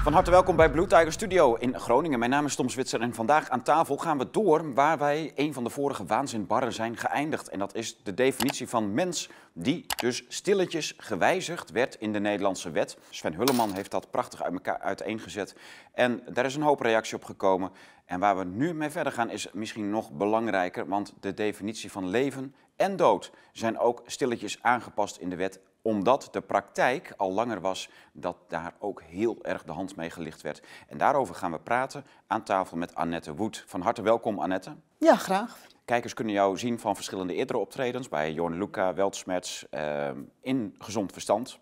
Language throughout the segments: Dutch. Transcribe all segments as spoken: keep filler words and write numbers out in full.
Van harte welkom bij Blue Tiger Studio in Groningen. Mijn naam is Tom Zwitser en vandaag aan tafel gaan we door waar wij een van de vorige waanzinbarren zijn geëindigd. En dat is de definitie van mens, die dus stilletjes gewijzigd werd in de Nederlandse wet. Sven Hulleman heeft dat prachtig uit elkaar uiteengezet en daar is een hoop reactie op gekomen. En waar we nu mee verder gaan is misschien nog belangrijker, want de definitie van leven en dood zijn ook stilletjes aangepast in de wet, omdat de praktijk al langer was dat daar ook heel erg de hand mee gelicht werd. En daarover gaan we praten aan tafel met Annette Woed. Van harte welkom, Annette. Ja, graag. Kijkers kunnen jou zien van verschillende eerdere optredens bij Jorn Luca, Weltschmerz, uh, in Gezond Verstand.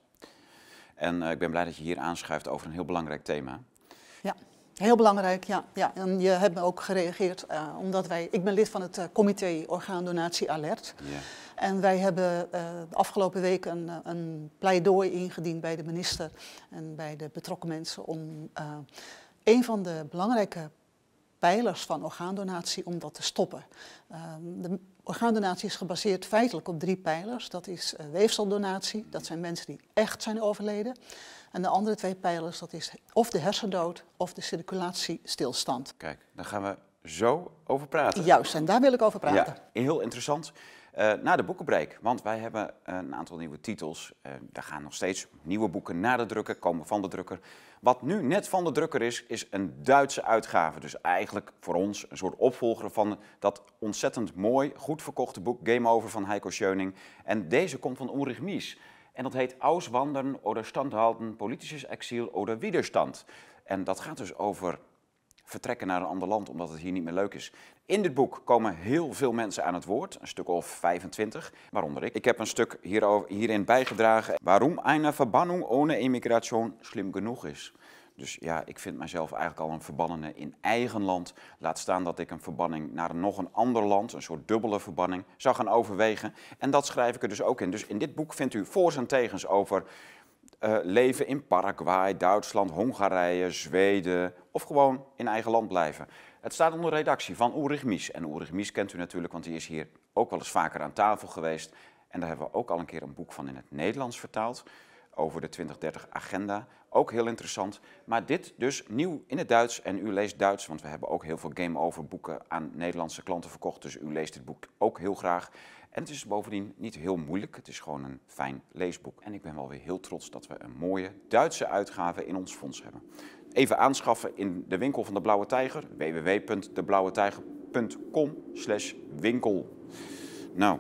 En uh, ik ben blij dat je hier aanschuift over een heel belangrijk thema. Ja, heel belangrijk, ja. ja. En je hebt me ook gereageerd, uh, omdat wij, ik ben lid van het uh, comité Orgaandonatie Alert. Ja. En wij hebben uh, de afgelopen week een, een pleidooi ingediend bij de minister en bij de betrokken mensen om uh, een van de belangrijke pijlers van orgaandonatie om dat te stoppen. Uh, de orgaandonatie is gebaseerd feitelijk op drie pijlers. Dat is uh, weefseldonatie, dat zijn mensen die echt zijn overleden. En de andere twee pijlers, dat is of de hersendood of de circulatiestilstand. Kijk, daar gaan we zo over praten. Juist, en daar wil ik over praten. Ja, heel interessant. Uh, na de boekenbreak, want wij hebben een aantal nieuwe titels. Uh, er gaan nog steeds nieuwe boeken naar de drukker, komen van de drukker. Wat nu net van de drukker is, is een Duitse uitgave. Dus eigenlijk voor ons een soort opvolger van dat ontzettend mooi, goed verkochte boek Game Over van Heiko Schöning. En deze komt van Ulrich Mies. En dat heet Auswandern oder Standhalten, politisches Exil oder Widerstand. En dat gaat dus over vertrekken naar een ander land omdat het hier niet meer leuk is. In dit boek komen heel veel mensen aan het woord, een stuk of vijfentwintig, waaronder ik. Ik heb een stuk hierover, hierin bijgedragen waarom eine Verbannung ohne Immigration schlimm genoeg is. Dus ja, ik vind mijzelf eigenlijk al een verbannene in eigen land. Laat staan dat ik een verbanning naar nog een ander land, een soort dubbele verbanning, zou gaan overwegen. En dat schrijf ik er dus ook in. Dus in dit boek vindt u voor's en tegens over Uh, leven in Paraguay, Duitsland, Hongarije, Zweden of gewoon in eigen land blijven. Het staat onder redactie van Ulrich Mies. En Ulrich Mies kent u natuurlijk, want die is hier ook wel eens vaker aan tafel geweest. En daar hebben we ook al een keer een boek van in het Nederlands vertaald over de twintig dertig agenda. Ook heel interessant. Maar dit dus nieuw in het Duits en u leest Duits, want we hebben ook heel veel Game Over boeken aan Nederlandse klanten verkocht. Dus u leest dit boek ook heel graag. En het is bovendien niet heel moeilijk, het is gewoon een fijn leesboek. En ik ben wel weer heel trots dat we een mooie Duitse uitgave in ons fonds hebben. Even aanschaffen in de winkel van de Blauwe Tijger, w w w punt de blauwe tijger punt com slash winkel. Nou,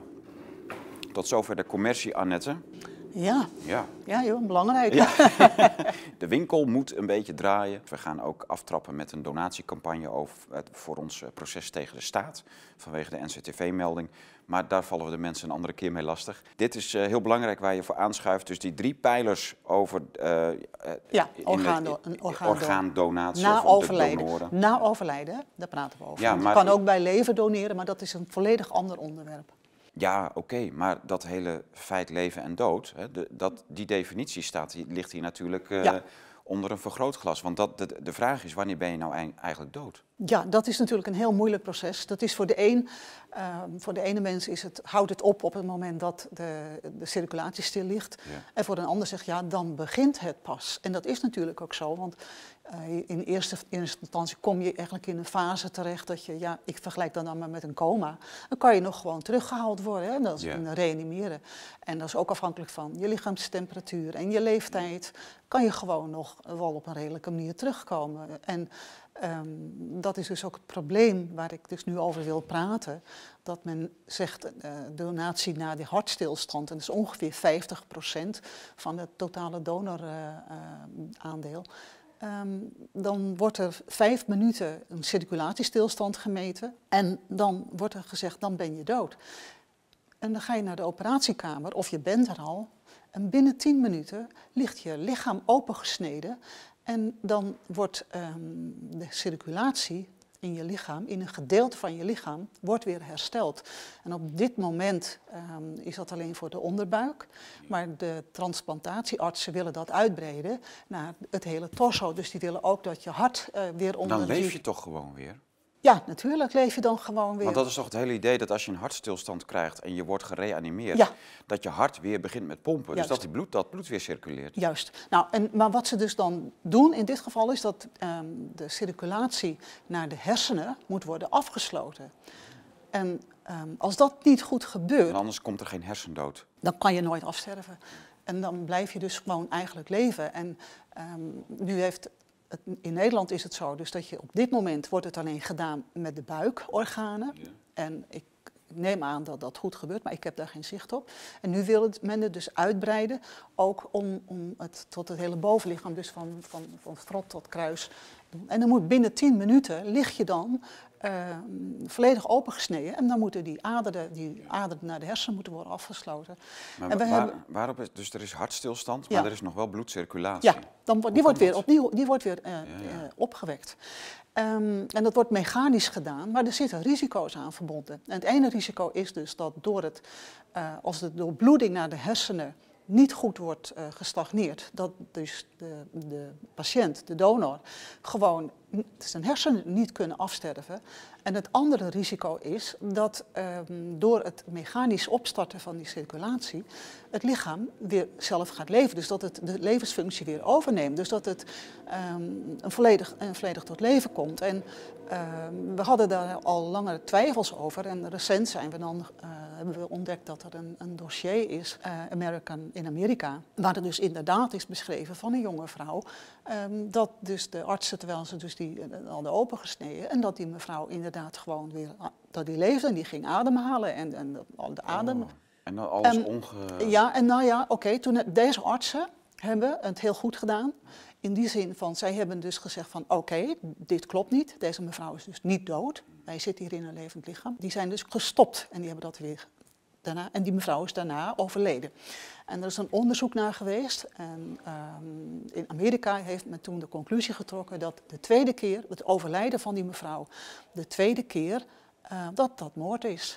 tot zover de commercie, Annette. Ja, ja. ja joh, belangrijk. Ja. De winkel moet een beetje draaien. We gaan ook aftrappen met een donatiecampagne over, voor ons proces tegen de staat. Vanwege de N C T V-melding. Maar daar vallen we de mensen een andere keer mee lastig. Dit is uh, heel belangrijk waar je voor aanschuift. Dus die drie pijlers over uh, ja, orgaando het, een orgaando orgaandonatie. Na of overlijden. Na overlijden, daar praten we over. Ja, je maar kan ook bij leven doneren, maar dat is een volledig ander onderwerp. Ja, oké, okay, maar dat hele feit leven en dood, hè, de, dat, die definitie staat, die ligt hier natuurlijk uh, ja. onder een vergrootglas. Want dat, de, de vraag is, wanneer ben je nou eigenlijk dood? Ja, dat is natuurlijk een heel moeilijk proces. Dat is voor de een, uh, voor de ene mens is het, houdt het op op het moment dat de, de circulatie stil ligt. Ja. En voor een ander zegt, ja, dan begint het pas. En dat is natuurlijk ook zo, want uh, in eerste instantie kom je eigenlijk in een fase terecht dat je, ja, ik vergelijk dat dan maar met een coma. Dan kan je nog gewoon teruggehaald worden, hè? Dat is ja. een reanimeren. En dat is ook afhankelijk van je lichaamstemperatuur en je leeftijd. Kan je gewoon nog wel op een redelijke manier terugkomen. En Um, dat is dus ook het probleem waar ik dus nu over wil praten. Dat men zegt, uh, donatie na die hartstilstand, en dat is ongeveer vijftig procent van het totale donoraandeel. Uh, uh, um, dan wordt er vijf minuten een circulatiestilstand gemeten en dan wordt er gezegd, dan ben je dood. En dan ga je naar de operatiekamer, of je bent er al, en binnen tien minuten ligt je lichaam opengesneden. En dan wordt um, de circulatie in je lichaam, in een gedeelte van je lichaam, wordt weer hersteld. En op dit moment um, is dat alleen voor de onderbuik. Maar de transplantatieartsen willen dat uitbreiden naar het hele torso. Dus die willen ook dat je hart uh, weer onder... Dan leef je toch gewoon weer? Ja, natuurlijk leef je dan gewoon weer. Want dat is toch het hele idee dat als je een hartstilstand krijgt en je wordt gereanimeerd, ja. dat je hart weer begint met pompen. Juist. Dus dat die bloed, dat bloed weer circuleert. Juist. Nou, en, maar wat ze dus dan doen in dit geval is dat um, de circulatie naar de hersenen moet worden afgesloten. En um, als dat niet goed gebeurt... En anders komt er geen hersendood. Dan kan je nooit afsterven. En dan blijf je dus gewoon eigenlijk leven. En um, nu heeft... Het, in Nederland is het zo, dus dat je op dit moment wordt het alleen gedaan met de buikorganen. Ja. En ik neem aan dat dat goed gebeurt, maar ik heb daar geen zicht op. En nu wil het, men het dus uitbreiden, ook om, om het tot het hele bovenlichaam, dus van, van, van strot tot kruis. En dan moet binnen tien minuten lig je dan uh, volledig opengesneden. En dan moeten die aderen, die aderen naar de hersenen moeten worden afgesloten. Maar en we waar, hebben, waarop is, dus er is hartstilstand, maar ja. er is nog wel bloedcirculatie. Ja, dan, die, Hoe wordt weer dat? opnieuw, die wordt weer uh, ja, ja. Uh, opgewekt. Um, en dat wordt mechanisch gedaan, maar er zitten risico's aan verbonden. En het ene risico is dus dat door het, uh, als de doorbloeding naar de hersenen niet goed wordt uh, gestagneerd, dat dus de, de patiënt, de donor, gewoon zijn hersenen niet kunnen afsterven. En het andere risico is dat um, door het mechanisch opstarten van die circulatie het lichaam weer zelf gaat leven. Dus dat het de levensfunctie weer overneemt. Dus dat het um, een volledig, een volledig tot leven komt. En um, we hadden daar al langere twijfels over. En recent zijn we dan, uh, hebben we ontdekt dat er een, een dossier is, uh, American, in Amerika, waar er dus inderdaad is beschreven van een jonge vrouw, um, dat dus de artsen, terwijl ze dus die uh, hadden opengesneden, en dat die mevrouw inderdaad gewoon weer, dat die leefde en die ging ademhalen en, en de adem. Oh. En dan alles en, onge... Ja, en nou ja, oké, okay, toen deze artsen hebben het heel goed gedaan. In die zin van, zij hebben dus gezegd van, oké, okay, dit klopt niet. Deze mevrouw is dus niet dood. Wij zitten hier in een levend lichaam. Die zijn dus gestopt en die hebben dat weer daarna. En die mevrouw is daarna overleden. En er is een onderzoek naar geweest. En um, in Amerika heeft men toen de conclusie getrokken dat de tweede keer, het overlijden van die mevrouw, de tweede keer, uh, dat dat moord is.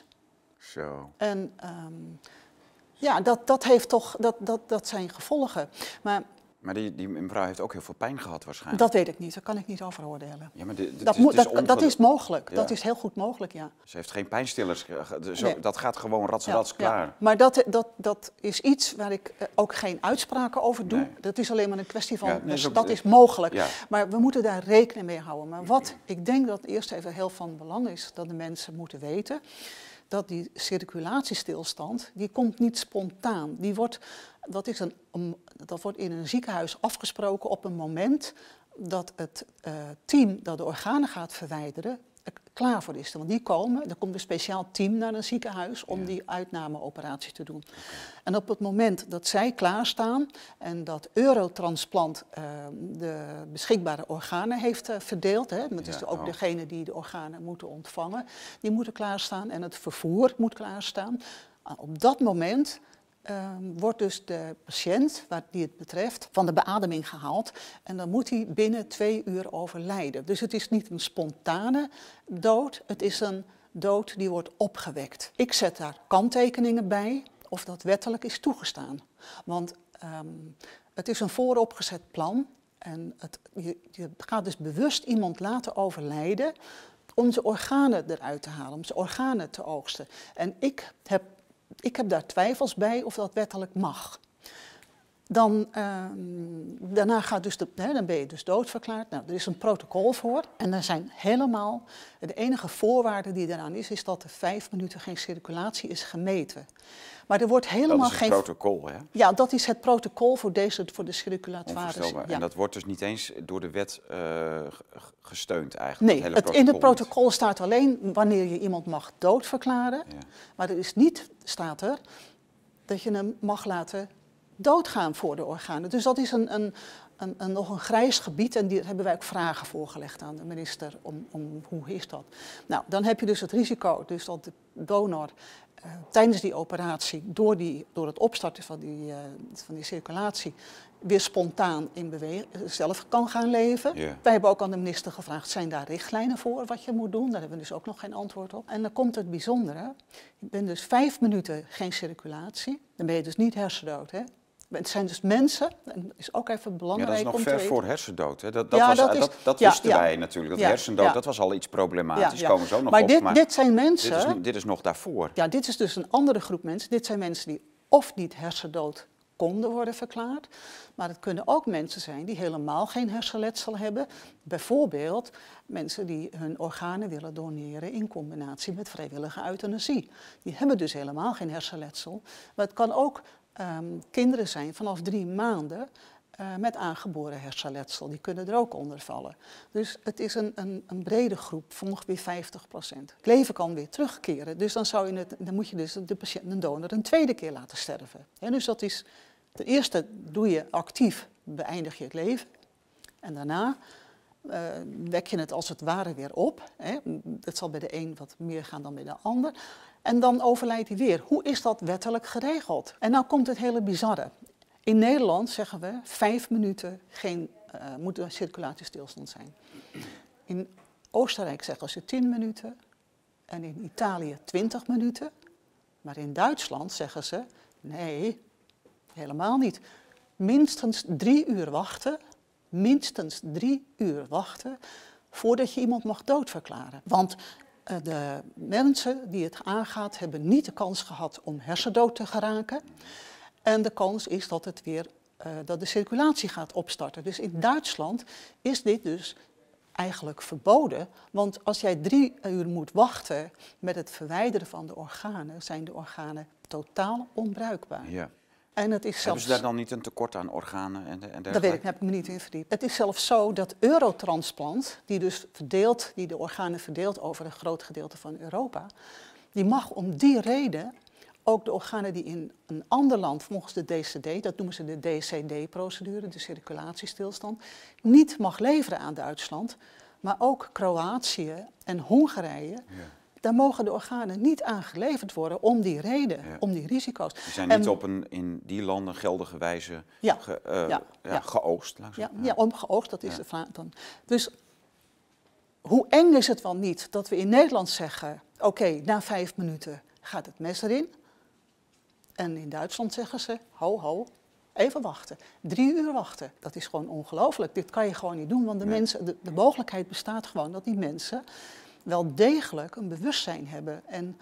Zo. En um, ja, dat, dat, heeft toch, dat, dat, dat zijn gevolgen. Maar, maar die, die mevrouw heeft ook heel veel pijn gehad waarschijnlijk. Dat weet ik niet, daar kan ik niet over oordelen. Ja, maar dit, dit dat, is, moet, is dat, dat is mogelijk, ja. dat is heel goed mogelijk, ja. Ze heeft geen pijnstillers, zo, Nee. dat gaat gewoon rats-rats ja, klaar. Ja. Maar dat, dat, dat is iets waar ik ook geen uitspraken over doe. Nee. Dat is alleen maar een kwestie van, Ja, nee, dus is ook, dat is mogelijk. Ja. Maar we moeten daar rekening mee houden. Maar wat ik denk dat eerst even heel van belang is, dat de mensen moeten weten, dat die circulatiestilstand, die komt niet spontaan. Die wordt, dat, is een, um, dat wordt in een ziekenhuis afgesproken op een moment dat het uh, team dat de organen gaat verwijderen klaar voor is. Want die komen, er komt een speciaal team naar een ziekenhuis om ja. die uitnameoperatie te doen. Okay. En op het moment dat zij klaarstaan en dat Eurotransplant uh, de beschikbare organen heeft uh, verdeeld, hè, dat is ja, ook oh. degene die de organen moeten ontvangen, die moeten klaarstaan en het vervoer moet klaarstaan. Op dat moment Uh, wordt dus de patiënt, waar die het betreft, van de beademing gehaald. En dan moet hij binnen twee uur overlijden. Dus het is niet een spontane dood, het is een dood die wordt opgewekt. Ik zet daar kanttekeningen bij of dat wettelijk is toegestaan. Want um, het is een vooropgezet plan. En het, je, je gaat dus bewust iemand laten overlijden om zijn organen eruit te halen, om zijn organen te oogsten. En ik heb Ik heb daar twijfels bij of dat wettelijk mag. Dan, uh, daarna gaat dus de, hè, dan ben je dus doodverklaard. Nou, er is een protocol voor. En er zijn helemaal, de enige voorwaarde die eraan is, is dat er vijf minuten geen circulatie is gemeten. Maar er wordt helemaal dat is geen... het protocol, hè? Ja, dat is het protocol voor, deze, voor de circulatoire. Ja. En dat wordt dus niet eens door de wet uh, gesteund eigenlijk? Nee, het het, in het protocol niet. Staat alleen wanneer je iemand mag doodverklaren. Ja. Maar er is niet, staat er, dat je hem mag laten doodgaan voor de organen. Dus dat is een, een, een, een, nog een grijs gebied en daar hebben wij ook vragen voorgelegd aan de minister om, om hoe is dat. Nou, dan heb je dus het risico dus dat de donor uh, tijdens die operatie door, die, door het opstarten van die, uh, van die circulatie weer spontaan in beweging zelf kan gaan leven. Yeah. Wij hebben ook aan de minister gevraagd, zijn daar richtlijnen voor wat je moet doen? Daar hebben we dus ook nog geen antwoord op. En dan komt het bijzondere, je bent dus vijf minuten geen circulatie, dan ben je dus niet hersendood, hè? het zijn dus mensen, en dat is ook even belangrijk om te weten. Ja, dat is nog ver voor hersendood. Hè? Dat, dat, ja, was, dat, is, dat, dat ja, wisten ja. wij natuurlijk. Dat ja, hersendood, ja. dat was al iets problematisch. Ja, ja. Komen we zo nog maar op. Dit, maar dit zijn mensen... Dit is, dit is nog daarvoor. Ja, dit is dus een andere groep mensen. Dit zijn mensen die of niet hersendood konden worden verklaard. Maar het kunnen ook mensen zijn die helemaal geen hersenletsel hebben. Bijvoorbeeld mensen die hun organen willen doneren in combinatie met vrijwillige euthanasie. Die hebben dus helemaal geen hersenletsel. Maar het kan ook um, kinderen zijn vanaf drie maanden uh, met aangeboren hersenletsel. Die kunnen er ook onder vallen. Dus het is een, een, een brede groep van ongeveer vijftig procent. Het leven kan weer terugkeren. Dus dan, zou je het, dan moet je dus de patiënt, een donor, een tweede keer laten sterven. Ja, dus dat is... Ten eerste doe je actief, beëindig je het leven. En daarna uh, wek je het als het ware weer op. Hè. Dat zal bij de een wat meer gaan dan bij de ander. En dan overlijdt hij weer. Hoe is dat wettelijk geregeld? En nou komt het hele bizarre. In Nederland zeggen we vijf minuten geen, uh, moet een circulatiestilstand zijn. In Oostenrijk zeggen ze tien minuten. En in Italië twintig minuten. Maar in Duitsland zeggen ze nee... Helemaal niet. Minstens drie uur wachten, minstens drie uur wachten voordat je iemand mag doodverklaren. Want uh, de mensen die het aangaat hebben niet de kans gehad om hersendood te geraken. En de kans is dat, het weer, uh, dat de circulatie gaat opstarten. Dus in Duitsland is dit dus eigenlijk verboden. Want als jij drie uur moet wachten met het verwijderen van de organen, zijn de organen totaal onbruikbaar. Ja. En het is zelfs... Hebben ze daar dan niet een tekort aan organen en, en dergelijke? Dat weet ik, daar heb ik me niet in verdiept. Het is zelfs zo dat Eurotransplant, die dus verdeelt, die de organen verdeelt over een groot gedeelte van Europa, die mag om die reden ook de organen die in een ander land volgens de D C D, dat noemen ze de D C D-procedure, de circulatiestilstand, niet mag leveren aan Duitsland, maar ook Kroatië en Hongarije. Ja. Daar mogen de organen niet aan geleverd worden om die reden, ja. om die risico's. Die zijn en, niet op een in die landen geldige wijze ja, ge, uh, ja, ja, ja. geoogst. Ja, ja. ja, omgeoogst, dat is ja. de vraag dan. Dus hoe eng is het wel niet dat we in Nederland zeggen, oké, okay, na vijf minuten gaat het mes erin. En in Duitsland zeggen ze, ho, ho, even wachten. Drie uur wachten, dat is gewoon ongelooflijk. Dit kan je gewoon niet doen, want de, nee. mensen, de, de mogelijkheid bestaat gewoon dat die mensen wel degelijk een bewustzijn hebben. En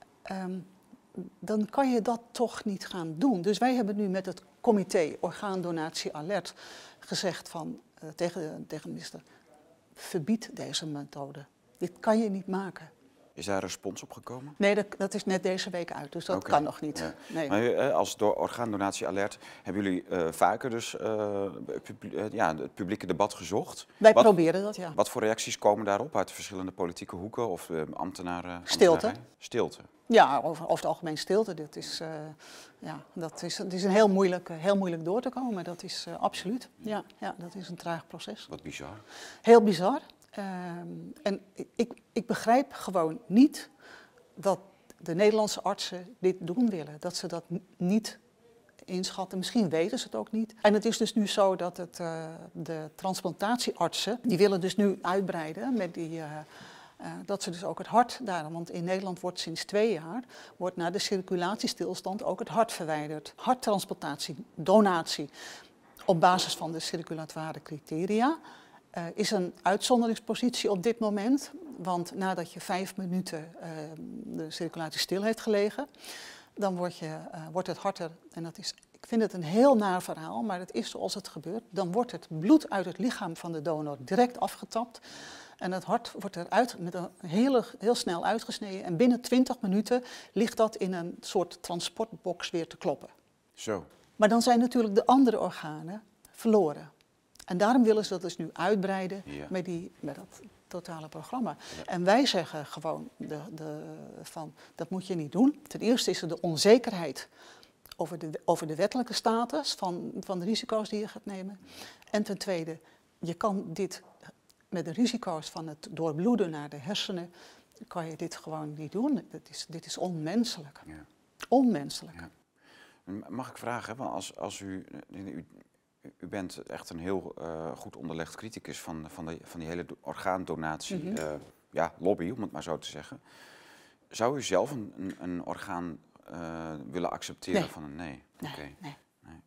um, dan kan je dat toch niet gaan doen. Dus wij hebben nu met het comité Orgaandonatie Alert gezegd van, uh, tegen, tegen de minister, verbied deze methode. Dit kan je niet maken. Is daar respons op gekomen? Nee, dat, dat is net deze week uit, dus dat okay. kan nog niet. Ja. Nee. Maar als door Orgaandonatie Alert hebben jullie uh, vaker dus uh, publie uh, ja, het publieke debat gezocht? Wij wat, proberen dat, ja. Wat voor reacties komen daarop uit de verschillende politieke hoeken of uh, ambtenaren? Stilte. Stilte. Ja, over, over het algemeen stilte. Dat is, uh, ja, dat is, dat is een heel moeilijk, heel moeilijk door te komen. Dat is uh, absoluut. Ja, ja, dat is een traag proces. Wat bizar. Heel bizar. Uh, en ik, ik begrijp gewoon niet dat de Nederlandse artsen dit doen willen. Dat ze dat niet inschatten. Misschien weten ze het ook niet. En het is dus nu zo dat het, uh, de transplantatieartsen, die willen dus nu uitbreiden met die... Uh, Uh, dat ze dus ook het hart daarom, want in Nederland wordt sinds twee jaar, wordt na de circulatiestilstand ook het hart verwijderd. Harttransplantatie, donatie, op basis van de circulatoire criteria, uh, is een uitzonderingspositie op dit moment. Want nadat je vijf minuten uh, de circulatie stil heeft gelegen, dan wordt, je, uh, wordt het hart er, en dat is, ik vind het een heel naar verhaal, maar het is zoals het gebeurt, dan wordt het bloed uit het lichaam van de donor direct afgetapt. En het hart wordt eruit met een hele, heel snel uitgesneden. En binnen twintig minuten ligt dat in een soort transportbox weer te kloppen. Zo. Maar dan zijn natuurlijk de andere organen verloren. En daarom willen ze dat dus nu uitbreiden ja. met, die, met dat totale programma. Ja. En wij zeggen gewoon, de, de, van, dat moet je niet doen. Ten eerste is er de onzekerheid over de, over de wettelijke status van, van de risico's die je gaat nemen. En ten tweede, je kan dit... Met de risico's van het doorbloeden naar de hersenen kan je dit gewoon niet doen. Dit is, dit is onmenselijk. Ja. Onmenselijk. Ja. Mag ik vragen, want als, als u, u, u bent echt een heel uh, goed onderlegd criticus van, van, de, van die hele orgaandonatie, mm-hmm. uh, ja, lobby, om het maar zo te zeggen. Zou u zelf een, een, een orgaan uh, willen accepteren nee. van een nee? Nee, okay. nee. nee.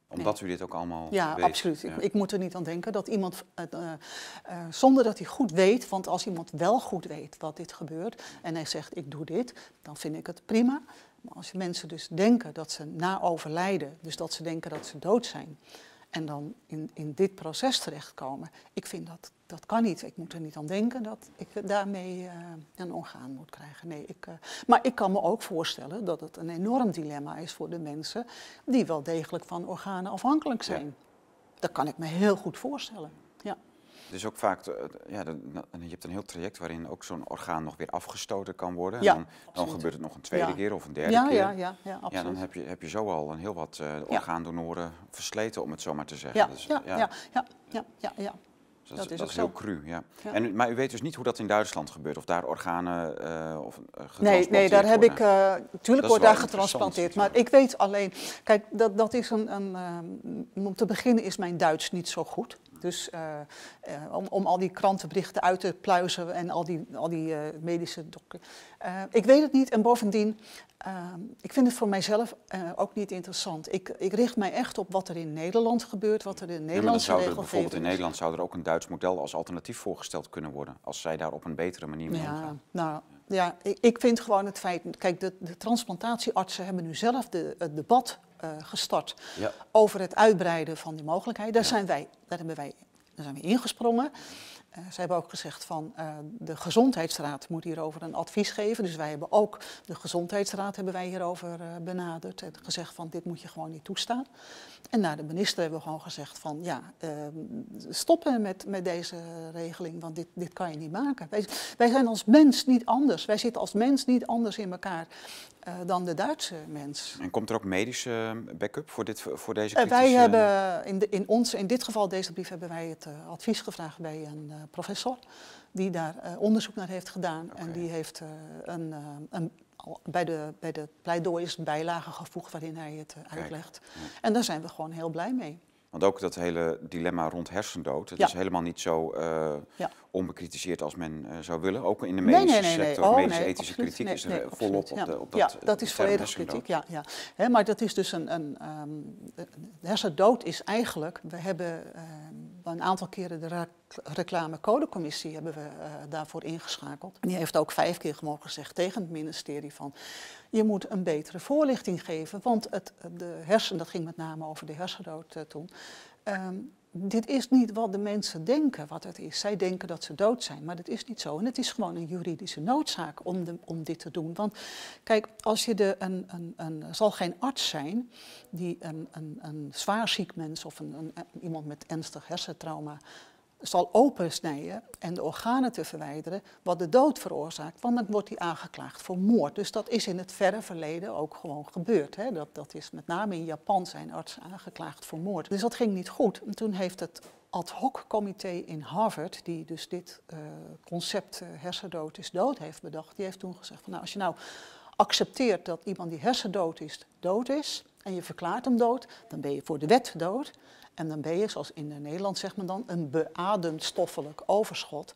Omdat nee. u dit ook allemaal ja, weet? Absoluut. Ja, absoluut. Ik, ik moet er niet aan denken dat iemand, uh, uh, zonder dat hij goed weet, want als iemand wel goed weet wat dit gebeurt en hij zegt ik doe dit, dan vind ik het prima. Maar als mensen dus denken dat ze na overlijden, dus dat ze denken dat ze dood zijn en dan in, in dit proces terechtkomen, ik vind dat, dat kan niet. Ik moet er niet aan denken dat ik daarmee uh, een orgaan moet krijgen. Nee, ik, uh, maar ik kan me ook voorstellen dat het een enorm dilemma is voor de mensen die wel degelijk van organen afhankelijk zijn. Ja. Dat kan ik me heel goed voorstellen. Ja. Het is ook vaak, ja, je hebt een heel traject waarin ook zo'n orgaan nog weer afgestoten kan worden. Ja, en dan, dan gebeurt het nog een tweede ja. keer of een derde ja, keer. Ja, ja, ja, absoluut. Ja, dan heb je, heb je zo al een heel wat uh, orgaandonoren versleten, om het zo maar te zeggen. Ja, dus, ja, ja. ja, ja, ja, ja, ja. Dus dat, dat is, dat is ook heel zo. cru, ja. ja. En, maar u weet dus niet hoe dat in Duitsland gebeurt, of daar organen uh, of, uh, getransplanteerd Nee, nee, daar heb worden. ik, uh, tuurlijk wordt daar getransplanteerd, maar ik weet alleen, kijk, dat, dat is een, een uh, om te beginnen is mijn Duits niet zo goed. Dus uh, uh, om, om al die krantenberichten uit te pluizen en al die, al die uh, medische dokken. Uh, ik weet het niet en bovendien, uh, ik vind het voor mijzelf uh, ook niet interessant. Ik, ik richt mij echt op wat er in Nederland gebeurt, wat er in Nederlandse ja, regelgeving is. Bijvoorbeeld in Nederland zou er ook een Duits model als alternatief voorgesteld kunnen worden, als zij daar op een betere manier mee omgaan. Ja, nou, ja, ik, ik vind gewoon het feit, kijk, de, de transplantatieartsen hebben nu zelf de, het debat uh, gestart ja. over het uitbreiden van die mogelijkheid. Daar, ja. zijn wij, daar, hebben wij, daar zijn we ingesprongen. Uh, ze hebben ook gezegd van uh, de Gezondheidsraad moet hierover een advies geven. Dus wij hebben ook de Gezondheidsraad hebben wij hierover uh, benaderd en gezegd van dit moet je gewoon niet toestaan. En naar de minister hebben we gewoon gezegd van ja, uh, stoppen met, met deze regeling, want dit, dit kan je niet maken. Wij, wij zijn als mens niet anders. Wij zitten als mens niet anders in elkaar uh, dan de Duitse mens. En komt er ook medische backup voor, dit, voor deze kritische... Uh, wij hebben in, de, in, ons, in dit geval, deze brief, hebben wij het uh, advies gevraagd bij een uh, professor die daar uh, onderzoek naar heeft gedaan. Okay. En die heeft uh, een... Uh, een Bij de, bij de pleidooi is een bijlage gevoegd waarin hij het uh, uitlegt. Ja. En daar zijn we gewoon heel blij mee. Want ook dat hele dilemma rond hersendood, het ja. is helemaal niet zo uh, ja. onbekritiseerd als men uh, zou willen. Ook in de medische nee, nee, nee, sector, nee. Oh, medische nee, ethische absoluut. kritiek nee, is er nee, volop absoluut. op, de, op ja. dat Ja, dat is volledig kritiek, ja. ja. He, maar dat is dus een... een um, de hersendood is eigenlijk... We hebben uh, een aantal keren de reclamecodecommissie hebben we uh, daarvoor ingeschakeld. En die heeft ook vijf keer gewoon gezegd tegen het ministerie van... Je moet een betere voorlichting geven, want het, de hersen, dat ging met name over de hersendood uh, toen. Um, dit is niet wat de mensen denken wat het is. Zij denken dat ze dood zijn, maar dat is niet zo. En het is gewoon een juridische noodzaak om, de, om dit te doen. Want kijk, als je de, een, een, een, er zal geen arts zijn die een, een, een zwaar ziek mens of een, een, iemand met ernstig hersentrauma zal opensnijden en de organen te verwijderen, wat de dood veroorzaakt, want dan wordt hij aangeklaagd voor moord. Dus dat is in het verre verleden ook gewoon gebeurd. Hè? Dat, dat is met name in Japan zijn artsen aangeklaagd voor moord. Dus dat ging niet goed. En toen heeft het ad hoc comité in Harvard, die dus dit uh, concept uh, hersendood is dood heeft bedacht, die heeft toen gezegd van nou, als je nou accepteert dat iemand die hersendood is, dood is, en je verklaart hem dood, dan ben je voor de wet dood. En dan ben je, zoals in Nederland zegt men dan, een beademd stoffelijk overschot.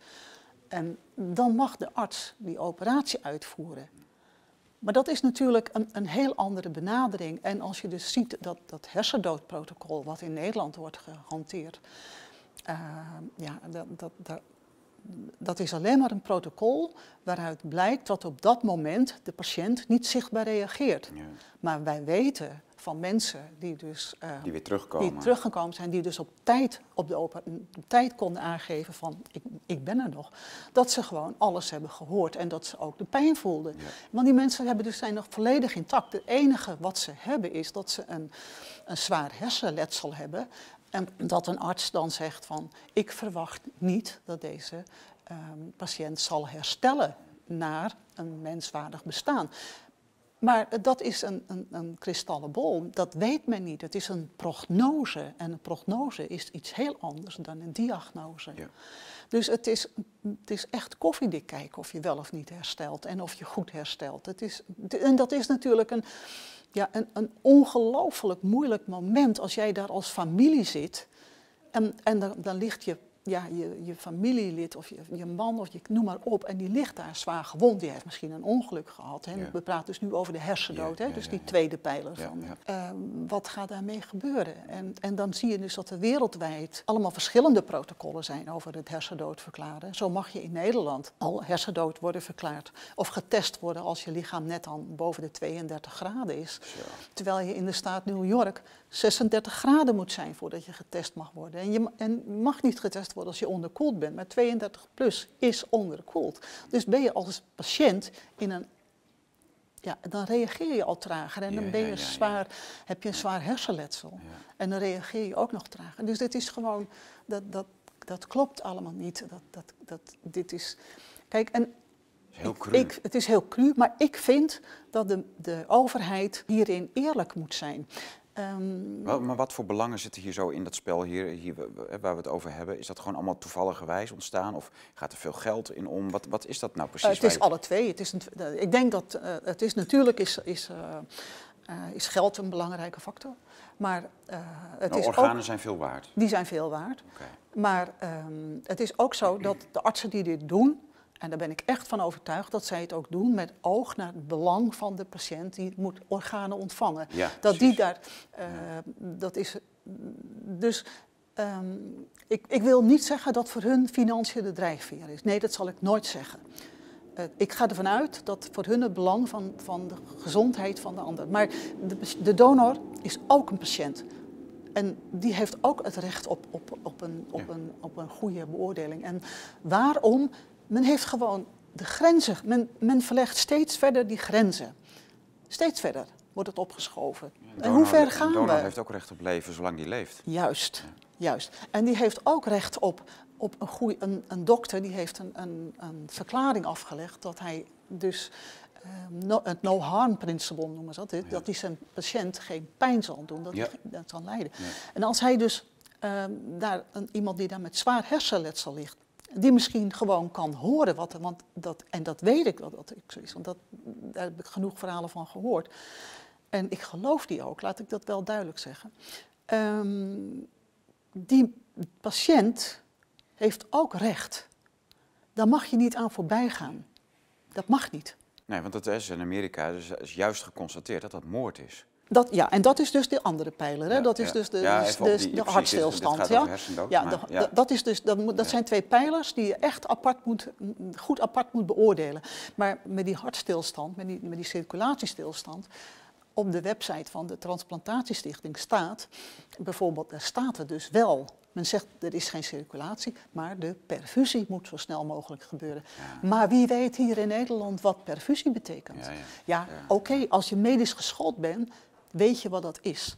En dan mag de arts die operatie uitvoeren. Maar dat is natuurlijk een, een heel andere benadering. En als je dus ziet dat dat hersendoodprotocol wat in Nederland wordt gehanteerd, uh, ja, dat, dat, dat, dat is alleen maar een protocol waaruit blijkt dat op dat moment de patiënt niet zichtbaar reageert. Ja. Maar wij weten van mensen die dus uh, die weer terugkomen. Die teruggekomen zijn, die dus op tijd, op de open, op tijd konden aangeven van ik, ik ben er nog. Dat ze gewoon alles hebben gehoord en dat ze ook de pijn voelden. Ja. Want die mensen hebben dus zijn nog volledig intact. Het enige wat ze hebben is dat ze een, een zwaar hersenletsel hebben. En dat een arts dan zegt van ik verwacht niet dat deze um, patiënt zal herstellen naar een menswaardig bestaan. Maar dat is een, een, een kristallen bol, dat weet men niet. Het is een prognose en een prognose is iets heel anders dan een diagnose. Ja. Dus het is, het is echt koffiedik kijken of je wel of niet herstelt en of je goed herstelt. Het is, en dat is natuurlijk een, ja, een, een ongelooflijk moeilijk moment als jij daar als familie zit en, en dan, dan ligt je ja, je, je familielid of je, je man of je noem maar op en die ligt daar zwaar gewond. Die heeft misschien een ongeluk gehad. Hè. Ja. We praten dus nu over de hersendood, Ja, hè, ja, dus ja, die ja. tweede pijler Ja, van. ja. Uh, wat gaat daarmee gebeuren? En, en dan zie je dus dat er wereldwijd allemaal verschillende protocollen zijn over het hersendood verklaren. Zo mag je in Nederland al hersendood worden verklaard of getest worden als je lichaam net dan boven de tweeëndertig graden is. Zo. Terwijl je in de staat New York zesendertig graden moet zijn voordat je getest mag worden. En je, en je mag niet getest worden als je onderkoeld bent, maar tweeëndertig plus is onderkoeld. Dus ben je als patiënt in een, ja, dan reageer je al trager en dan Ja, ben je ja, ja, ja. zwaar, heb je een zwaar hersenletsel. Ja. En dan reageer je ook nog trager. Dus dit is gewoon, dat, dat, dat klopt allemaal niet. Dat, dat, dat, dit is, kijk, en Heel ik, cru. ik, het is heel cru, maar ik vind dat de, de overheid hierin eerlijk moet zijn. Um, Maar, maar wat voor belangen zitten hier zo in dat spel hier, hier waar we het over hebben? Is dat gewoon allemaal toevalligerwijs ontstaan of gaat er veel geld in om? Wat, wat is dat nou precies? Uh, het is alle twee. Het is, uh, ik denk dat uh, het is natuurlijk is, is, uh, uh, is geld een belangrijke factor. Maar uh, het nou, is organen ook, zijn veel waard. Die zijn veel waard. Okay. Maar um, het is ook zo dat de artsen die dit doen, en daar ben ik echt van overtuigd dat zij het ook doen met oog naar het belang van de patiënt die moet organen ontvangen. Ja, dat precies. die daar, uh, Ja. dat is, dus um, ik, ik wil niet zeggen dat voor hun financiën de drijfveer is. Nee, dat zal ik nooit zeggen. Uh, ik ga ervan uit dat voor hun het belang van, van de gezondheid van de ander. Maar de, de donor is ook een patiënt. En die heeft ook het recht op, op, op, een, op, Ja. een, op een goede beoordeling. En waarom? Men heeft gewoon de grenzen, men, men verlegt steeds verder die grenzen. Steeds verder wordt het opgeschoven. Ja, en hoe ver gaan een donor we? heeft ook recht op leven zolang die leeft. Juist, Ja. juist. En die heeft ook recht op, op een, goeie, een, een dokter, die heeft een, een, een verklaring afgelegd dat hij dus uh, no, het no-harm-principle noemen ze dat, Ja. dat hij zijn patiënt geen pijn zal doen, dat Ja. hij dat zal lijden. Ja. En als hij dus uh, daar een, iemand die daar met zwaar hersenletsel ligt, die misschien gewoon kan horen wat er, want dat, en dat weet ik wel dat ik zo is, want dat, daar heb ik genoeg verhalen van gehoord. En ik geloof die ook, laat ik dat wel duidelijk zeggen. Um, die patiënt heeft ook recht. Daar mag je niet aan voorbij gaan. Dat mag niet. Nee, want dat is in Amerika dus is juist geconstateerd dat dat moord is. Dat, ja, en dat is dus de andere pijler. Hè? Ja, dat is ja. dus de, Ja, dus even op de, die- de precies, hartstilstand. dit- dit gaat ja, over hersendood, ja, maar de- ja. de- dat, is dus, dat, moet- dat Ja. zijn twee pijlers die je echt apart moet, goed apart moet beoordelen. Maar met die hartstilstand, met die, met die circulatiestilstand, op de website van de Transplantatiestichting staat, bijvoorbeeld, daar staat er dus wel. Men zegt, er is geen circulatie, maar de perfusie moet zo snel mogelijk gebeuren. Ja. Maar wie weet hier in Nederland wat perfusie betekent? Ja, ja. Ja, Ja. oké, okay, als je medisch geschoold bent, weet je wat dat is.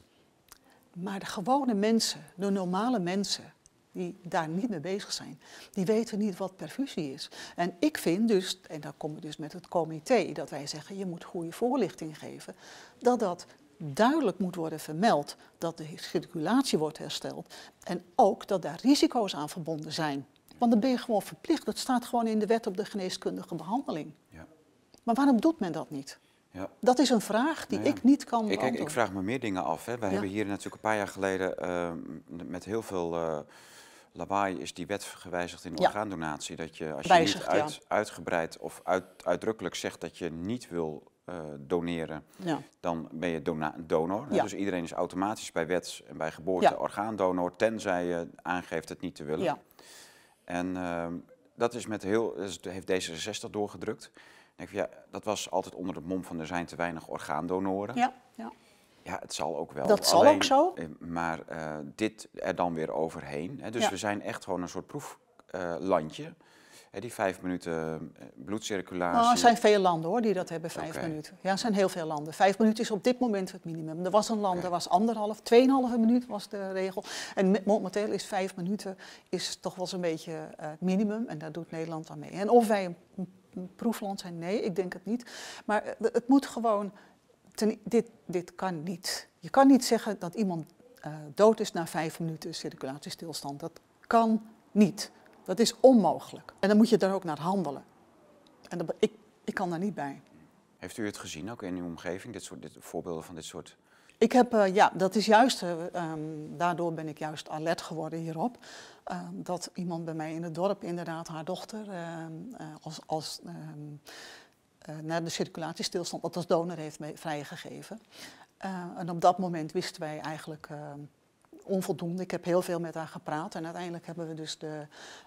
Maar de gewone mensen, de normale mensen, die daar niet mee bezig zijn, die weten niet wat perfusie is. En ik vind dus, en daar komen we dus met het comité, dat wij zeggen, je moet goede voorlichting geven, dat dat duidelijk moet worden vermeld, dat de circulatie wordt hersteld en ook dat daar risico's aan verbonden zijn. Want dan ben je gewoon verplicht, dat staat gewoon in de wet op de geneeskundige behandeling. Ja. Maar waarom doet men dat niet? Ja. Dat is een vraag die Nou ja. ik niet kan Ik, kijk, beantwoorden. ik vraag me meer dingen af. Hè. We Ja. hebben hier natuurlijk een paar jaar geleden uh, met heel veel uh, lawaai is die wet gewijzigd in Ja. orgaandonatie. Dat je als je Wijzigd, niet uit, ja. uitgebreid of uit, uitdrukkelijk zegt dat je niet wil uh, doneren, Ja. dan ben je dona- donor. Hè. Ja. Dus iedereen is automatisch bij wet en bij geboorte Ja. orgaandonor, tenzij je aangeeft het niet te willen. Ja. En uh, dat is met heel, dus heeft D zesenzestig doorgedrukt. Ik denk van, ja, dat was altijd onder het mom van er zijn te weinig orgaandonoren. Ja, ja. Ja, het zal ook wel. Dat zal Alleen, ook zo. eh, Maar uh, dit er dan weer overheen. Hè. Dus Ja. we zijn echt gewoon een soort proeflandje. Uh, die vijf minuten uh, bloedcirculatie. Nou, er zijn veel landen hoor die dat hebben, vijf Oké. minuten. Ja, er zijn heel veel landen. Vijf minuten is op dit moment het minimum. Er was een land, Oké. er was anderhalf, tweeënhalve minuut was de regel. En me- momenteel is vijf minuten is toch wel zo'n beetje uh, het minimum. En daar doet Nederland aan mee. En of wij een, een proefland zijn, nee, ik denk het niet. Maar uh, het moet gewoon, ten, dit, dit kan niet. Je kan niet zeggen dat iemand uh, dood is na vijf minuten circulatiestilstand. Dat kan niet. Dat is onmogelijk. En dan moet je daar ook naar handelen. En dat, ik, ik kan daar niet bij. Heeft u het gezien ook in uw omgeving, dit soort dit, voorbeelden van dit soort Ik heb, uh, ja, dat is juist, uh, um, daardoor ben ik juist alert geworden hierop. Uh, dat iemand bij mij in het dorp inderdaad haar dochter uh, uh, als, als uh, uh, naar de circulatiestilstand, wat als donor heeft mee, vrijgegeven. Uh, en op dat moment wisten wij eigenlijk uh, onvoldoende. Ik heb heel veel met haar gepraat en uiteindelijk hebben we dus de...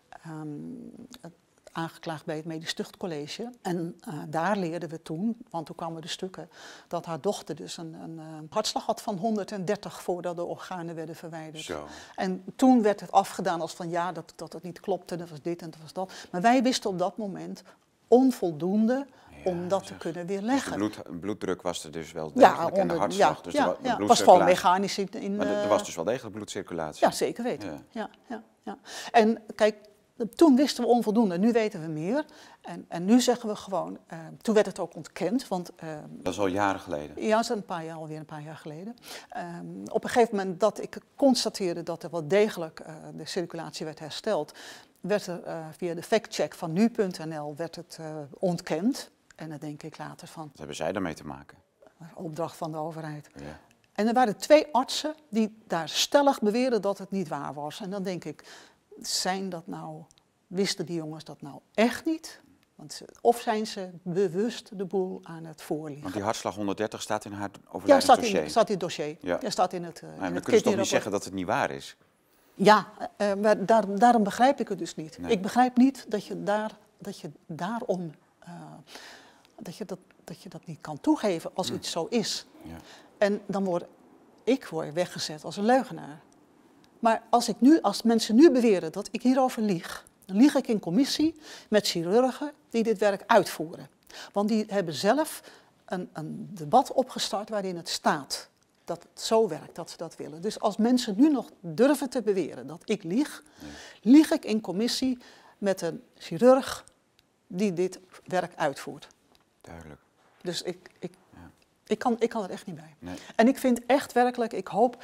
Um, aangeklaagd bij het Medisch Tuchtcollege. En uh, daar leerden we toen, want toen kwamen de stukken, dat haar dochter dus een, een, een hartslag had van honderddertig voordat de organen werden verwijderd. Zo. En toen werd het afgedaan als van ja, dat, dat het niet klopte, dat was dit en dat was dat. Maar wij wisten op dat moment onvoldoende ja, om dat zeg. te kunnen weerleggen. Dus de bloed, bloeddruk was er dus wel degelijk ja, onder, en de hartslag. Ja, dus ja, de, de ja. Het was gewoon mechanisch. In, in, maar er was dus wel degelijk bloedcirculatie. Ja, zeker weten. Ja. Ja, ja, ja. En kijk, toen wisten we onvoldoende, nu weten we meer. En, en nu zeggen we gewoon, uh, toen werd het ook ontkend. Want, uh, dat is al jaren geleden? Ja, dat is een paar jaar, alweer een paar jaar geleden. Um, op een gegeven moment dat ik constateerde dat er wel degelijk uh, de circulatie werd hersteld, werd er uh, via de factcheck van nu punt n l werd het uh, ontkend. En dan denk ik later van... Wat hebben zij daarmee te maken? Opdracht van de overheid. Ja. En er waren twee artsen die daar stellig beweerden dat het niet waar was. En dan denk ik... Zijn dat nou, wisten die jongens dat nou echt niet? Want ze, of zijn ze bewust de boel aan het voorliegen? Want die hartslag honderddertig staat in haar overlijdensdossier. Ja, staat in, staat in het dossier. Ja. Ja, staat in het, uh, maar in dan het kunnen ze toch niet zeggen dat het niet waar is? Ja, uh, maar daar, daarom begrijp ik het dus niet. Nee. Ik begrijp niet dat je, daar, dat je daarom, uh, dat, je dat, dat je dat niet kan toegeven als hm. iets zo is. Ja. En dan word ik word weggezet als een leugenaar. Maar als, ik nu, als mensen nu beweren dat ik hierover lieg, dan lieg ik in commissie met chirurgen die dit werk uitvoeren. Want die hebben zelf een, een debat opgestart waarin het staat dat het zo werkt, dat ze dat willen. Dus als mensen nu nog durven te beweren dat ik lieg, nee. lieg ik in commissie met een chirurg die dit werk uitvoert. Duidelijk. Dus ik... ik Ik kan, ik kan er echt niet bij. Nee. En ik vind echt werkelijk, ik hoop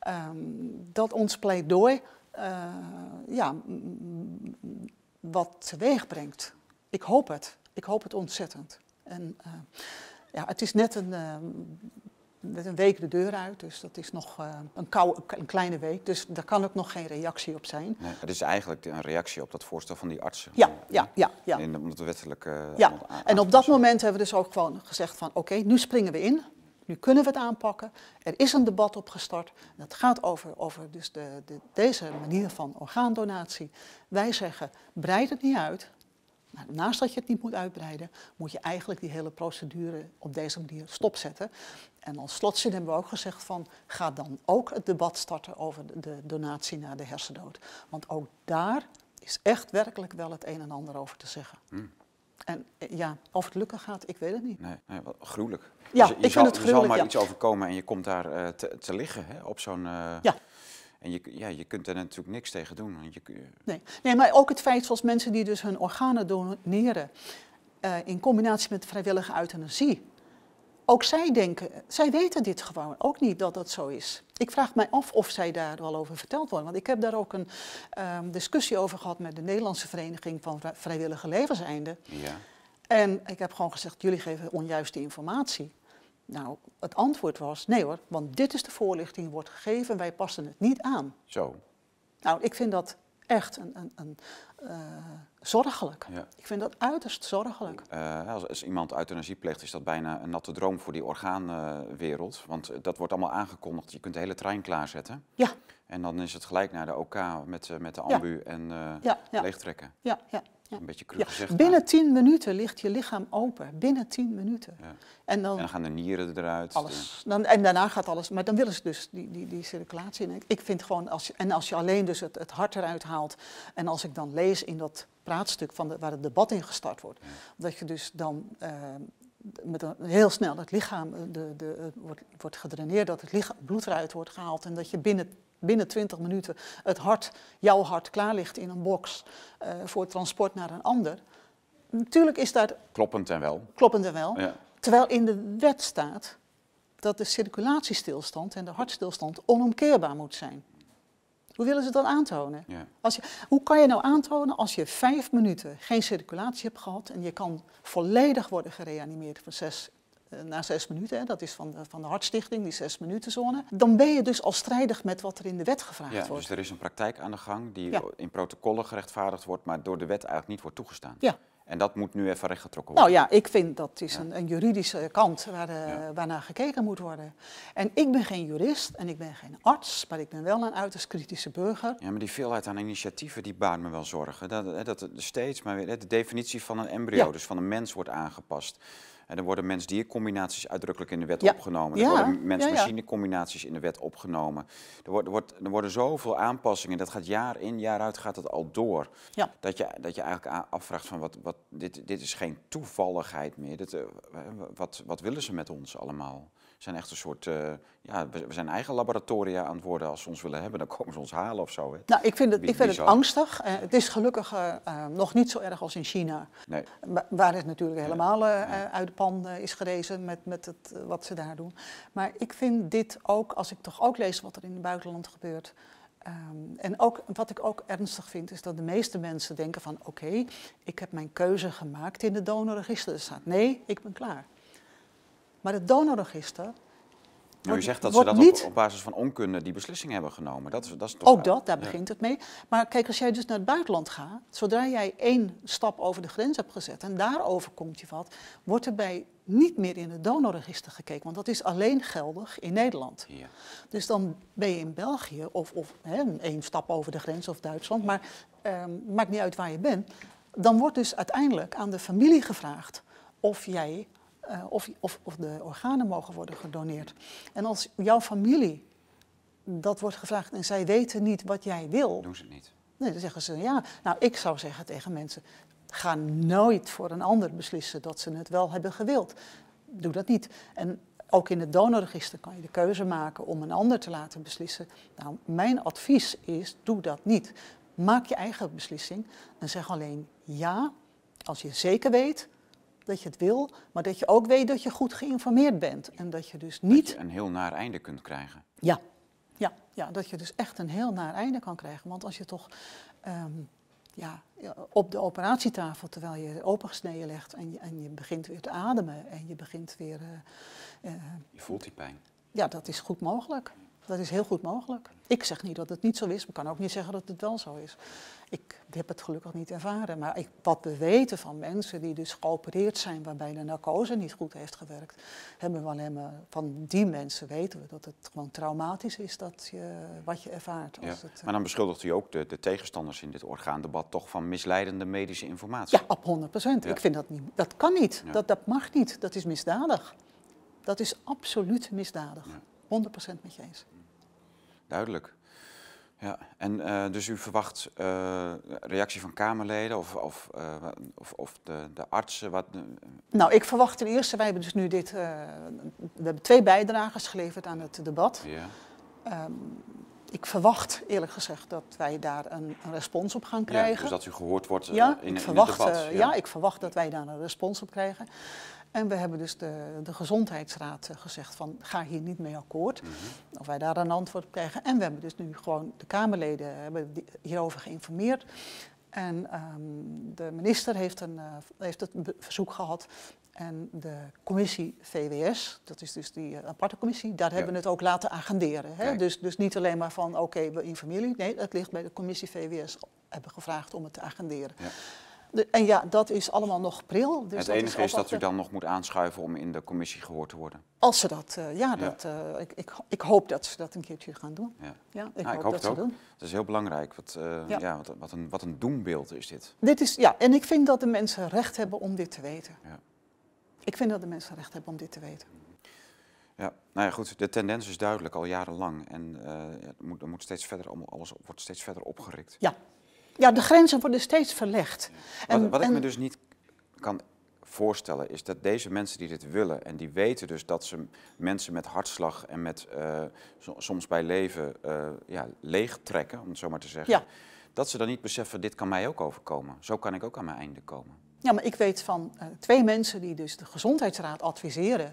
um, dat ons pleidooi uh, ja, wat teweeg brengt. Ik hoop het. Ik hoop het ontzettend. En uh, ja, het is net een, uh, net een week de deur uit, dus dat is nog uh, een, kou, een kleine week. Dus daar kan ook nog geen reactie op zijn. Nee, het is eigenlijk een reactie op dat voorstel van die artsen. Ja, ja, ja. ja. In, om het wettelijk uh, ja. En op dat moment hebben we dus ook gewoon gezegd van oké, okay, nu springen we in. Nu kunnen we het aanpakken. Er is een debat opgestart. Dat gaat over, over dus de, de, deze manier van orgaandonatie. Wij zeggen, breid het niet uit. Maar naast dat je het niet moet uitbreiden, moet je eigenlijk die hele procedure op deze manier stopzetten. En als slotzin hebben we ook gezegd van, ga dan ook het debat starten over de, de donatie na de hersendood. Want ook daar is echt werkelijk wel het een en ander over te zeggen. Hmm. En ja, of het lukken gaat, ik weet het niet. Nee, nee wat gruwelijk. Ja, dus je, je ik zal, vind het gruwelijk, er zal maar ja. iets overkomen en je komt daar uh, te, te liggen hè, op zo'n... Uh, ja. En je, ja, je kunt er natuurlijk niks tegen doen. Want je, uh, nee. nee, maar ook het feit zoals mensen die dus hun organen doneren uh, in combinatie met vrijwillige euthanasie. Ook zij denken, zij weten dit gewoon ook niet dat dat zo is. Ik vraag mij af of zij daar wel over verteld worden. Want ik heb daar ook een um, discussie over gehad met de Nederlandse Vereniging van Vrijwillige Levenseinden. Ja. En ik heb gewoon gezegd, jullie geven onjuiste informatie. Nou, het antwoord was, nee hoor, want dit is de voorlichting, die wordt gegeven, wij passen het niet aan. Zo. Nou, ik vind dat echt een, een, een, uh, zorgelijk. Ja. Ik vind dat uiterst zorgelijk. Uh, als, als iemand euthanasie pleegt, is dat bijna een natte droom voor die orgaanwereld. Uh, want dat wordt allemaal aangekondigd, je kunt de hele trein klaarzetten. Ja. En dan is het gelijk naar de OK met, uh, met de ambu ja. en uh, ja, ja. leegtrekken. Ja, ja. Ja. Een beetje cru ja. gezegd. Binnen tien minuten ligt je lichaam open. Binnen tien minuten. Ja. En, dan, en dan gaan de nieren eruit. Alles. Dan, en daarna gaat alles. Maar dan willen ze dus die, die, die circulatie. En ik vind gewoon, als je, en als je alleen dus het, het hart eruit haalt. En als ik dan lees in dat praatstuk van de, waar het debat in gestart wordt. Ja. Dat je dus dan uh, met een, heel snel het lichaam de, de, uh, wordt, wordt gedraineerd. Dat het lichaam, bloed eruit wordt gehaald. En dat je binnen... binnen twintig minuten het hart, jouw hart, klaar ligt in een box uh, voor transport naar een ander. Natuurlijk is dat... Kloppend en wel. Kloppend en wel. Ja. Terwijl in de wet staat dat de circulatiestilstand en de hartstilstand onomkeerbaar moet zijn. Hoe willen ze dat aantonen? Ja. Als je, hoe kan je nou aantonen als je vijf minuten geen circulatie hebt gehad en je kan volledig worden gereanimeerd voor zes, na zes minuten, hè, dat is van de, van de Hartstichting, die zes minuten zone, dan ben je dus al strijdig met wat er in de wet gevraagd ja, wordt. Dus er is een praktijk aan de gang die Ja. in protocollen gerechtvaardigd wordt, maar door de wet eigenlijk niet wordt toegestaan. Ja. En dat moet nu even rechtgetrokken worden. Nou ja, ik vind dat is Ja. een, een juridische kant waar, uh, Ja. waarnaar gekeken moet worden. En ik ben geen jurist en ik ben geen arts, maar ik ben wel een uiterst kritische burger. Ja, maar die veelheid aan initiatieven, die baart me wel zorgen. Dat, dat er steeds maar weer de definitie van een embryo, Ja. dus van een mens, wordt aangepast. En er worden mens-dier-combinaties uitdrukkelijk in de wet Ja. opgenomen. Er Ja. worden mens-machine-combinaties Ja, ja. in de wet opgenomen. Er, wordt, er, wordt, er worden zoveel aanpassingen, dat gaat jaar in, jaar uit gaat het al door. Ja. Dat, je, dat je eigenlijk a- afvraagt van, wat, wat, dit, dit is geen toevalligheid meer. Dit, uh, wat, wat willen ze met ons allemaal? We zijn echt een soort, uh, ja, we, we zijn eigen laboratoria aan het worden. Als ze ons willen hebben, dan komen ze ons halen of zo. Hè. Nou, ik vind het, ik vind het Bizar. angstig. Uh, het is gelukkig uh, uh, nog niet zo erg als in China. Nee. Wa- Waar het natuurlijk helemaal uh, Ja. uit de pan uh, is gerezen met, met het, uh, wat ze daar doen. Maar ik vind dit ook, als ik toch ook lees wat er in het buitenland gebeurt. Um, en ook, wat ik ook ernstig vind, is dat de meeste mensen denken van oké, okay, ik heb mijn keuze gemaakt in het donorregister. Er staat nee, ik ben klaar. Maar het donorregister... Nou, u zegt dat ze wordt dat niet- op, op basis van onkunde die beslissing hebben genomen. Dat is, dat is toch Ook dat, daar ja. begint het mee. Maar kijk, als jij dus naar het buitenland gaat, zodra jij één stap over de grens hebt gezet en daarover komt je wat, wordt er bij niet meer in het donorregister gekeken, want dat is alleen geldig in Nederland. Ja. Dus dan ben je in België of, of hè, één stap over de grens of Duitsland, maar um, maakt niet uit waar je bent. Dan wordt dus uiteindelijk aan de familie gevraagd of jij... Uh, of, of, of de organen mogen worden gedoneerd. En als jouw familie dat wordt gevraagd en zij weten niet wat jij wil, Doen ze het niet. nee, dan zeggen ze ja. Nou, ik zou zeggen tegen mensen, ga nooit voor een ander beslissen dat ze het wel hebben gewild. Doe dat niet. En ook in het donorregister kan je de keuze maken om een ander te laten beslissen. Nou, mijn advies is, doe dat niet. Maak je eigen beslissing en zeg alleen ja, als je zeker weet dat je het wil, maar dat je ook weet dat je goed geïnformeerd bent. En dat je dus niet... Dat je een heel naar einde kunt krijgen. Ja, ja, ja, dat je dus echt een heel naar einde kan krijgen. Want als je toch um, ja, op de operatietafel, terwijl je opengesneden legt en je, en je begint weer te ademen en je begint weer... Uh, uh, Je voelt die pijn. Ja, dat is goed mogelijk. Dat is heel goed mogelijk. Ik zeg niet dat het niet zo is, maar ik kan ook niet zeggen dat het wel zo is. Ik heb het gelukkig niet ervaren, maar ik, wat we weten van mensen die dus geopereerd zijn waarbij de narcose niet goed heeft gewerkt, hebben we alleen maar van die mensen weten we dat het gewoon traumatisch is dat je, wat je ervaart. Als Ja. het, Maar dan beschuldigt u ook de, de tegenstanders in dit orgaandebat toch van misleidende medische informatie. ja, op honderd procent. Ja. Ik vind dat niet, dat kan niet, Ja. dat, dat mag niet, dat is misdadig. Dat is absoluut misdadig. Ja. honderd procent met je eens. Duidelijk. Ja, en uh, dus u verwacht uh, reactie van Kamerleden of, of, uh, of, of de, de artsen? Wat, uh, Nou, ik verwacht ten eerste, wij hebben dus nu dit, uh, we hebben twee bijdragers geleverd aan het debat. ja. Um, ik verwacht eerlijk gezegd dat wij daar een, een respons op gaan krijgen. Ja, dus dat u gehoord wordt uh, ja, in, ik in verwacht, het debat. Uh, ja. ja, ik verwacht dat wij daar een respons op krijgen. En we hebben dus de, de Gezondheidsraad gezegd van ga hier niet mee akkoord. Mm-hmm. Of wij daar een antwoord op krijgen. En we hebben dus nu gewoon de Kamerleden hebben hierover geïnformeerd. En um, de minister heeft, een, uh, heeft het verzoek gehad. En de commissie V W S, dat is dus die uh, aparte commissie, daar ja. hebben we het ook laten agenderen. Hè? Dus, dus niet alleen maar van oké, okay, we informeren. Nee, het ligt bij de commissie V W S, hebben gevraagd om het te agenderen. Ja. De, en ja, dat is allemaal nog pril. Dus het dat enige is, is dat u dan nog moet aanschuiven om in de commissie gehoord te worden. Als ze dat, uh, ja, ja. Dat, uh, ik, ik, ik hoop dat ze dat een keertje gaan doen. Ja. Ja, ik, nou, hoop ik hoop dat het ook. Ze doen. Dat is heel belangrijk. Wat, uh, ja. Ja, wat, wat, een, wat een doembeeld is dit. Dit is, ja, en ik vind dat de mensen recht hebben om dit te weten. Ja. Ik vind dat de mensen recht hebben om dit te weten. Ja, nou ja, goed. De tendens is duidelijk al jarenlang. En uh, er, moet, er moet steeds verder, alles wordt steeds verder opgerikt. Ja. Ja, de grenzen worden steeds verlegd. Ja. En, wat wat en, ik me dus niet kan voorstellen is dat deze mensen die dit willen en die weten dus dat ze mensen met hartslag en met uh, soms bij leven uh, ja, leeg trekken, om het zo maar te zeggen, ja. dat ze dan niet beseffen, dit kan mij ook overkomen. Zo kan ik ook aan mijn einde komen. Ja, maar ik weet van uh, twee mensen die dus de Gezondheidsraad adviseren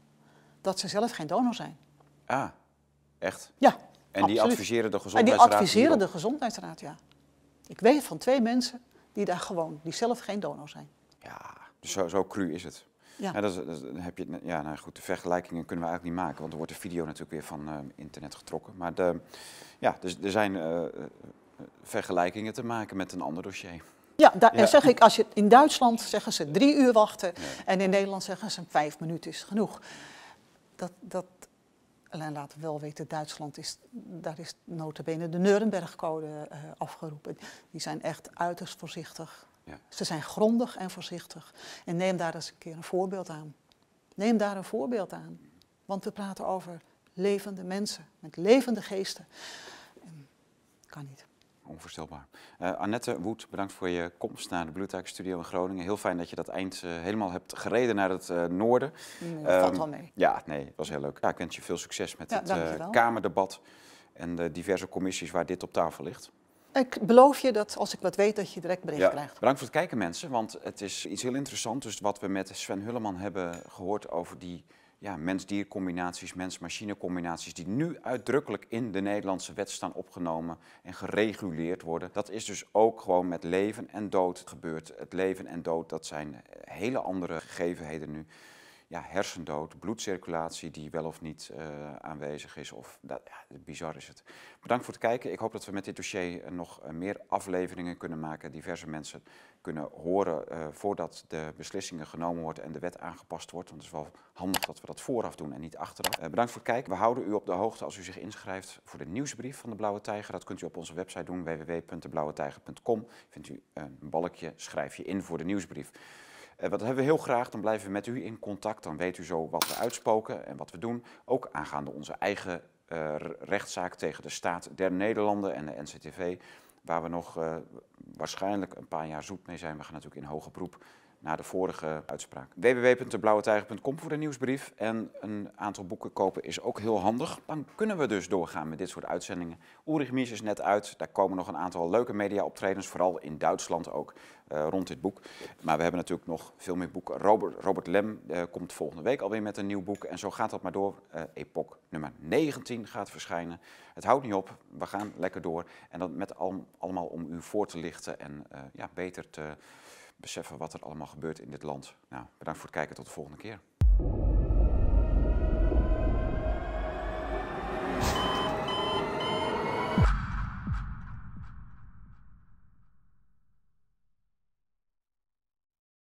dat ze zelf geen donor zijn. Ah, echt? Ja, En absoluut. die adviseren de En Gezondheidsraad? die adviseren hierop? de Gezondheidsraad, ja. Ik weet van twee mensen die daar gewoon, die zelf geen donor zijn. Ja, dus zo, zo cru is het. Ja. Ja, dat, is- dat is- heb je, ja, nou goed, de vergelijkingen kunnen we eigenlijk niet maken, want dan wordt de video natuurlijk weer van uh, internet getrokken. Maar de, ja, dus er zijn uh, vergelijkingen te maken met een ander dossier. Ja, daar, Ja. en zeg ik, als je in Duitsland zeggen ze drie uur wachten Ja. en in Nederland zeggen ze vijf minuten is genoeg. Dat, dat, alleen laten we wel weten, Duitsland is, daar is nota bene de Nuremberg-code uh, afgeroepen. Die zijn echt uiterst voorzichtig. Ja. Ze zijn grondig en voorzichtig. En neem daar eens een keer een voorbeeld aan. Neem daar een voorbeeld aan. Want we praten over levende mensen, met levende geesten. En, kan niet. Onvoorstelbaar. Uh, Annette Woed, bedankt voor je komst naar de Blue Tiger Studio in Groningen. Heel fijn dat je dat eind uh, helemaal hebt gereden naar het uh, noorden. Nee, dat um, valt wel mee. Ja, nee, dat was heel leuk. Ja, ik wens je veel succes met ja, het uh, Kamerdebat en de diverse commissies waar dit op tafel ligt. Ik beloof je dat als ik wat weet, dat je direct bericht ja, krijgt. Bedankt voor het kijken, mensen, want het is iets heel interessants. Dus wat we met Sven Hulleman hebben gehoord over die ja, mens-dier-combinaties, mens-machine-combinaties die nu uitdrukkelijk in de Nederlandse wet staan opgenomen en gereguleerd worden. Dat is dus ook gewoon met leven en dood gebeurd. Het leven en dood, dat zijn hele andere gegevenheden nu. Ja, hersendood, bloedcirculatie die wel of niet uh, aanwezig is. Of, dat, ja, bizar is het. Bedankt voor het kijken. Ik hoop dat we met dit dossier nog uh, meer afleveringen kunnen maken. Diverse mensen kunnen horen uh, voordat de beslissingen genomen worden en de wet aangepast wordt. Want het is wel handig dat we dat vooraf doen en niet achteraf. Uh, bedankt voor het kijken. We houden u op de hoogte als u zich inschrijft voor de nieuwsbrief van de Blauwe Tijger. Dat kunt u op onze website doen, w w w punt de blauwe tijger punt com. Vindt u een balkje, schrijf je in voor de nieuwsbrief. Uh, wat hebben we heel graag, dan blijven we met u in contact. Dan weet u zo wat we uitspoken en wat we doen. Ook aangaande onze eigen uh, rechtszaak tegen de staat der Nederlanden en de N C T V. Waar we nog uh, waarschijnlijk een paar jaar zoet mee zijn. We gaan natuurlijk in hoger beroep na de vorige uitspraak. w w w punt de blauwe tijger punt com voor de nieuwsbrief. En een aantal boeken kopen is ook heel handig. Dan kunnen we dus doorgaan met dit soort uitzendingen. Ulrich Mies is net uit. Daar komen nog een aantal leuke media-optredens. Vooral in Duitsland ook uh, rond dit boek. Maar we hebben natuurlijk nog veel meer boeken. Robert, Robert Lem uh, komt volgende week alweer met een nieuw boek. En zo gaat dat maar door. Uh, Epoch nummer negentien gaat verschijnen. Het houdt niet op. We gaan lekker door. En dat met al, allemaal om u voor te lichten en uh, ja, beter te beseffen wat er allemaal gebeurt in dit land. Nou, bedankt voor het kijken. Tot de volgende keer.